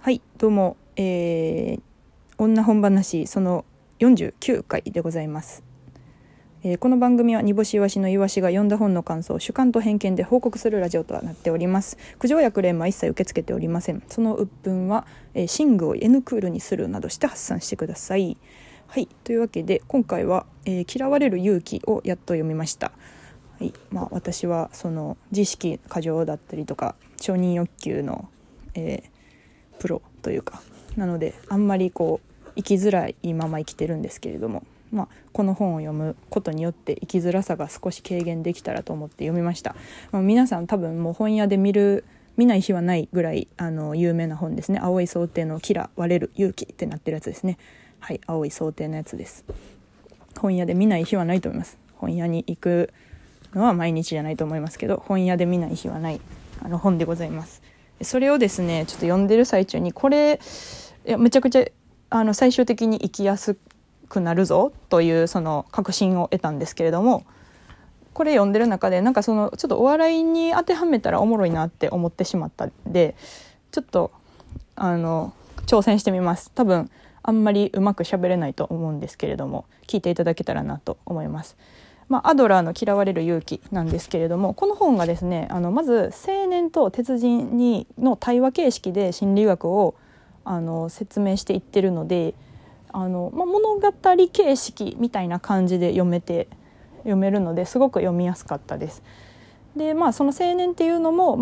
はい、どうも、女本話その49回でございます。この番組は煮干しいわしのいわしが読んだ本の感想を主観と偏見で報告するラジオとなっております。苦情やクレームは一切受け付けておりません。その鬱憤は、寝具を N クールにするなどして発散してください。はい、というわけで今回は、嫌われる勇気をやっと読みました。はい、私はその自意識過剰だったりとか承認欲求の、プロというかなので、あんまり生きづらいまま生きてるんですけれども、この本を読むことによって生きづらさが少し軽減できたらと思って読みました。皆さん多分もう本屋で見ない日はないぐらい有名な本ですね。青い想定の嫌われる勇気ってなってるやつですね。はい、青い想定のやつです。本屋で見ない日はないと思います。本屋に行くのは毎日じゃないと思いますけど、本屋で見ない日はない本でございます。それをですねちょっと読んでる最中にめちゃくちゃ最終的に生きやすくなるぞというその確信を得たんですけれども、これ読んでる中でちょっとお笑いに当てはめたらおもろいなって思ってしまったんで、ちょっと挑戦してみます。多分あんまりうまく喋れないと思うんですけれども、聞いていただけたらなと思います。アドラーの嫌われる勇気なんですけれども、この本がですねまず青年と鉄人の対話形式で心理学を説明していってるので、物語形式みたいな感じで読めるのですごく読みやすかったです。でその青年っていうのも、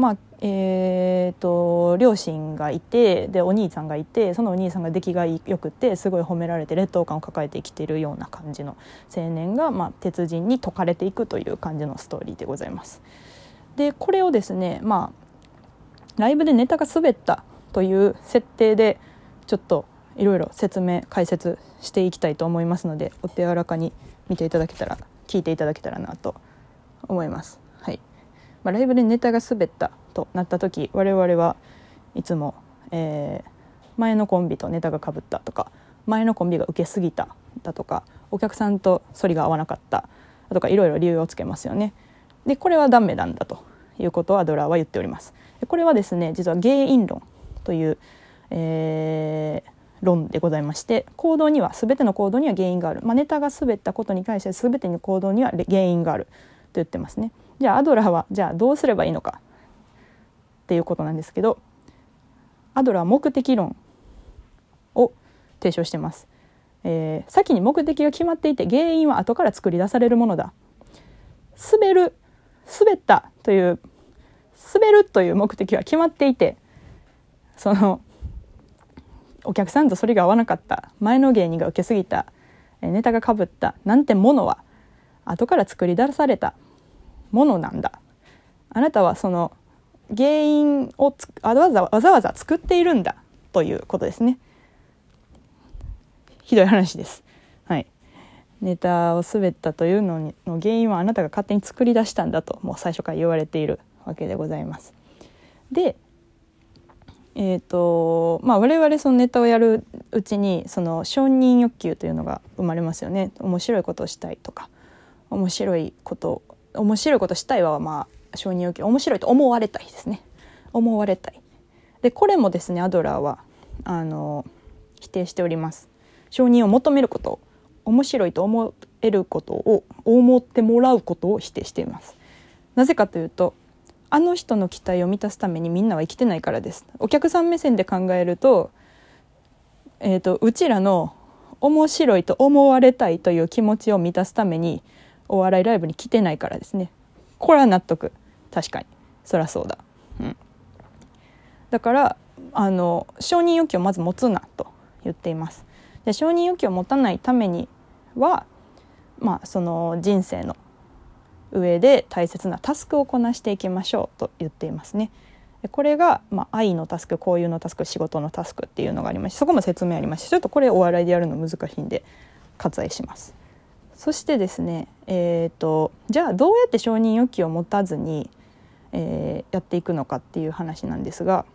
両親がいて、でお兄さんがいて、そのお兄さんが出来が良くてすごい褒められて劣等感を抱えて生きているような感じの青年が、鉄人に解かれていくという感じのストーリーでございます。でこれをですねライブでネタが滑ったという設定でちょっといろいろ解説していきたいと思いますので、お手柔らかに見ていただけたら、聞いていただけたらなと思います。はい。ライブでネタが滑ったとなった時、我々はいつも、前のコンビとネタが被ったとか、前のコンビが受けすぎただとか、お客さんと反りが合わなかっただとか、いろいろ理由をつけますよね。でこれはダメなんだということをアドラーは言っております。これはですね実は原因論という、論でございまして、全ての行動には原因がある、ネタが滑ったことに対して全ての行動には原因があると言ってますね。じゃあアドラーはどうすればいいのかっていうことなんですけど、アドラーは目的論を提唱してます。先に目的が決まっていて、原因は後から作り出されるものだ。滑るという目的は決まっていて、そのお客さんとそれが合わなかった、前の芸人が受けすぎた、ネタが被ったなんてものは後から作り出されたものなんだ。あなたはその原因をわざわざ作っているんだということですね。ひどい話です。はい。ネタを滑ったというのの原因はあなたが勝手に作り出したんだと、もう最初から言われているわけでございます。で我々そのネタをやるうちにその承認欲求というのが生まれますよね。面白いことをしたいとか、面白いことしたいは承認欲求、面白いと思われたいですね。思われたい。でこれもですねアドラーは否定しております。承認を求めること、面白いと思えることを思ってもらうことを否定しています。なぜかというと、あの人の期待を満たすためにみんなは生きてないからです。お客さん目線で考えると、うちらの面白いと思われたいという気持ちを満たすためにお笑いライブに来てないからですね。これは納得。確かにそりゃそうだ、だから承認欲求をまず持つなと言っています。で承認欲求を持たないためには、その人生の上で大切なタスクをこなしていきましょうと言っていますね。これが、愛のタスク、交友のタスク、仕事のタスクっていうのがありまして、そこも説明ありまして、ちょっとこれお笑いでやるの難しいんで割愛します。そしてですね、じゃあどうやって承認欲求を持たずに、やっていくのかっていう話なんですが、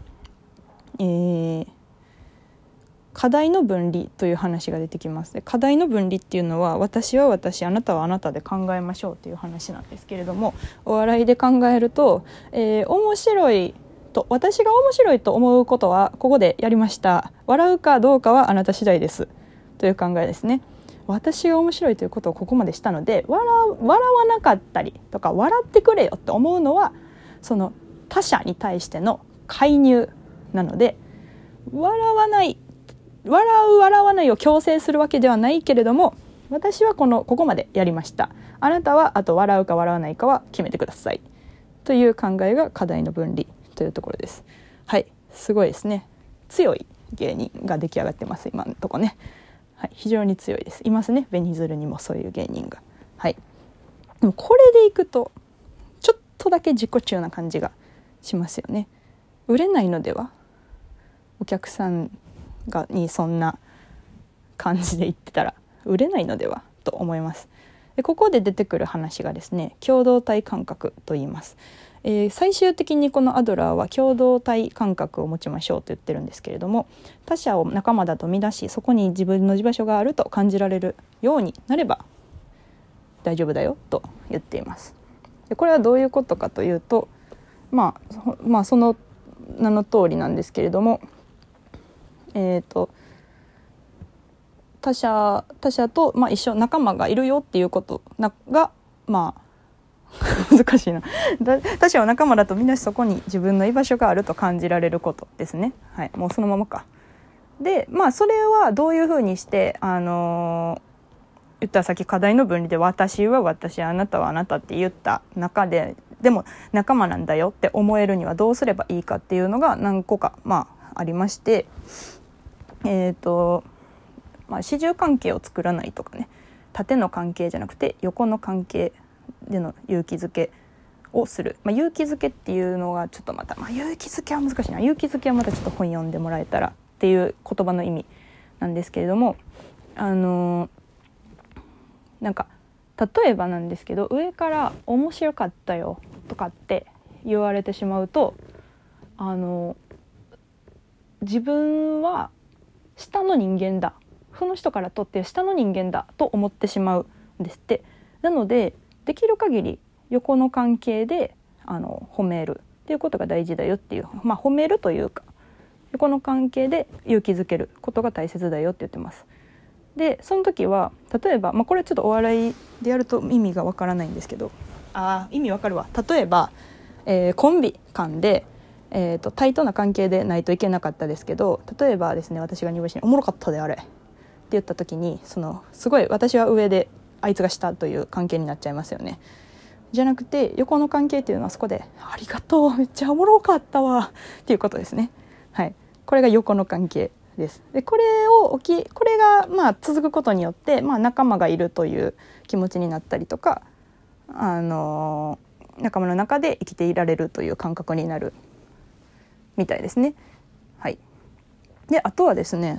課題の分離という話が出てきます。で課題の分離っていうのは、私は私、あなたはあなたで考えましょうという話なんですけれども、お笑いで考えると、面白いと私が面白いと思うことはここでやりました。笑うかどうかはあなた次第ですという考えですね。私が面白いということをここまでしたので、笑わなかったりとか笑ってくれよって思うのはその他者に対しての介入なので、笑わないを強制するわけではないけれども、私はここまでやりました。あなたはあと笑うか笑わないかは決めてくださいという考えが課題の分離というところです。はい、すごいですね。強い芸人が出来上がってます、今のとこね。はい、非常に強いです。いますね、ベニズルにもそういう芸人が。はい、でもこれでいくとちょっとだけ自己中な感じがしますよね。売れないのでは、お客さんにそんな感じで言ってたら売れないのではと思います。でここで出てくる話がですね、共同体感覚と言います。最終的にこのアドラーは共同体感覚を持ちましょうと言ってるんですけれども、他者を仲間だと見出し、そこに自分の居場所があると感じられるようになれば大丈夫だよと言っています。でこれはどういうことかというと、まあその名の通りなんですけれども、他者と、一緒仲間がいるよっていうことが難しいな他者を仲間だとみんなそこに自分の居場所があると感じられることですね。はい、もうそのままか。でそれはどういうふうにして言ったらさっき課題の分離で私は私、あなたはあなたって言った中で、でも仲間なんだよって思えるにはどうすればいいかっていうのが何個かありまして、主従関係を作らないとかね、縦の関係じゃなくて横の関係での勇気づけをする。勇気づけっていうのがちょっとまた、勇気づけは難しいな。勇気づけはまたちょっと本読んでもらえたらっていう言葉の意味なんですけれども、なんか例えばなんですけど、上から面白かったよとかって言われてしまうと、自分は下の人間だ、その人からとって下の人間だと思ってしまうんですって。なのでできる限り横の関係で褒めるっていうことが大事だよっていう、褒めるというか横の関係で勇気づけることが大切だよって言ってます。でその時は例えば、これちょっとお笑いでやると意味がわからないんですけど、意味わかるわ。例えば、コンビ間で、対等な関係でないといけなかったですけど、例えばですね、私が入部しにおもろかったであれって言った時に、すごい私は上であいつが下という関係になっちゃいますよね。じゃなくて横の関係っていうのはそこでありがとうめっちゃおもろかったわっていうことですね。はい、これが横の関係です。でこれが続くことによって、仲間がいるという気持ちになったりとか、仲間の中で生きていられるという感覚になるみたいですね。はい、であとはですね、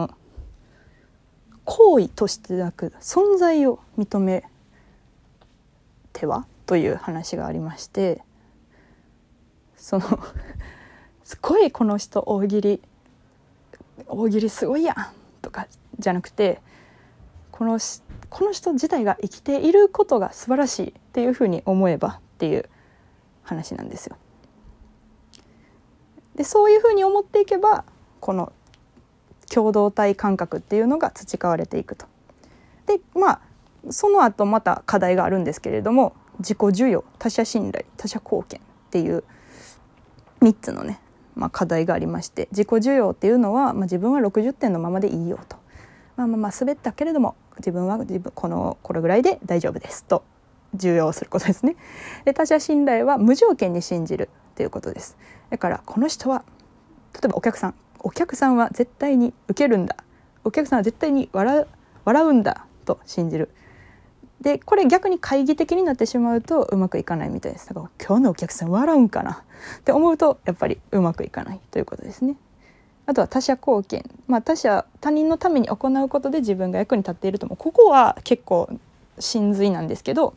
行為としてなく存在を認めてはという話がありまして、すごいこの人大喜利すごいやんとかじゃなくて、この人自体が生きていることが素晴らしいっていうふうに思えばっていう話なんですよ。でそういうふうに思っていけばこの共同体感覚っていうのが培われていくと。でその後また課題があるんですけれども、自己授与、他者信頼、他者貢献っていう3つのね、課題がありまして、自己授与っていうのは、自分は60点のままでいいよと、滑ったけれども自分はこれぐらいで大丈夫ですと授与をすることですね。で他者信頼は無条件に信じるということです。だからこの人は、例えばお客さんは絶対に受けるんだ、お客さんは絶対に笑うんだと信じる。でこれ逆に懐疑的になってしまうとうまくいかないみたいです。だから今日のお客さん笑うんかなって思うとやっぱりうまくいかないということですね。あとは他者貢献、他人のために行うことで自分が役に立っているとも、ここは結構真髄なんですけど、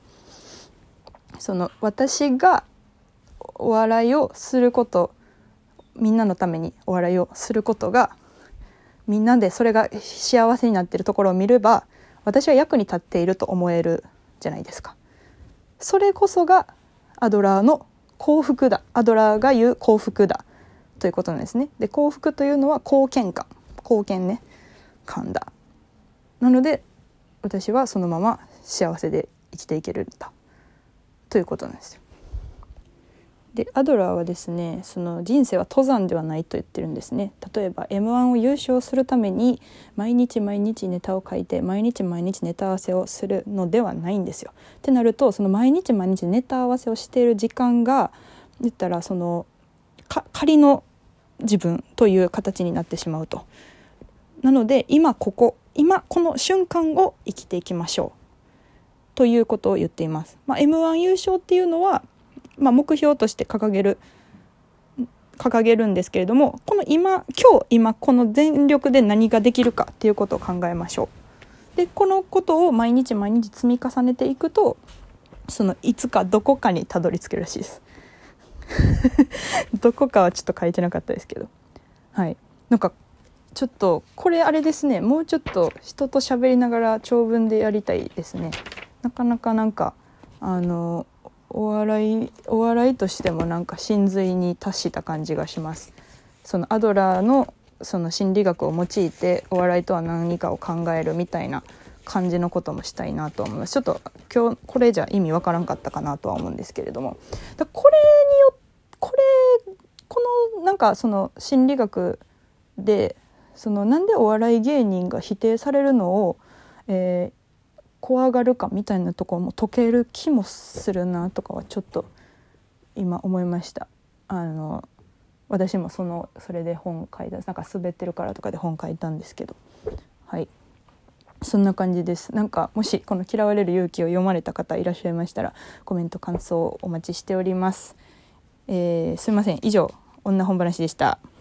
私がお笑いをすること、みんなのためにお笑いをすることが、みんなでそれが幸せになっているところを見れば私は役に立っていると思えるじゃないですか。それこそがアドラーの幸福だ、アドラーが言う幸福だということなんですね。で幸福というのは貢献感、貢献ね、感だ。なので私はそのまま幸せで生きていけるんだということなんですよ。でアドラーはですね、その人生は登山ではないと言ってるんですね。例えば M1 を優勝するために毎日毎日ネタを書いて毎日毎日ネタ合わせをするのではないんですよ。ってなると、その毎日毎日ネタ合わせをしている時間が言ったらその仮の自分という形になってしまうと。なので今この瞬間を生きていきましょうということを言っています。M1 優勝っていうのは目標として掲げるんですけれども、この今この全力で何ができるかっていうことを考えましょう。でこのことを毎日毎日積み重ねていくと、そのいつかどこかにたどり着けるらしいですどこかはちょっと書いてなかったですけど、はい、なんかちょっとこれあれですね、もうちょっと人と喋りながら長文でやりたいですね。なかなかお笑いとしても真髄に達した感じがします。そのアドラーのその心理学を用いてお笑いとは何かを考えるみたいな感じのこともしたいなと思います。ちょっと今日これじゃ意味わからんかったかなとは思うんですけれども、このその心理学でなんでお笑い芸人が否定されるのを、怖がるかみたいなところも解ける気もするなとかはちょっと今思いました。私もそれで本書いた、滑ってるからとかで本書いたんですけど、はい、そんな感じです。もしこの嫌われる勇気を読まれた方いらっしゃいましたらコメント感想をお待ちしております。すいません、以上女本話でした。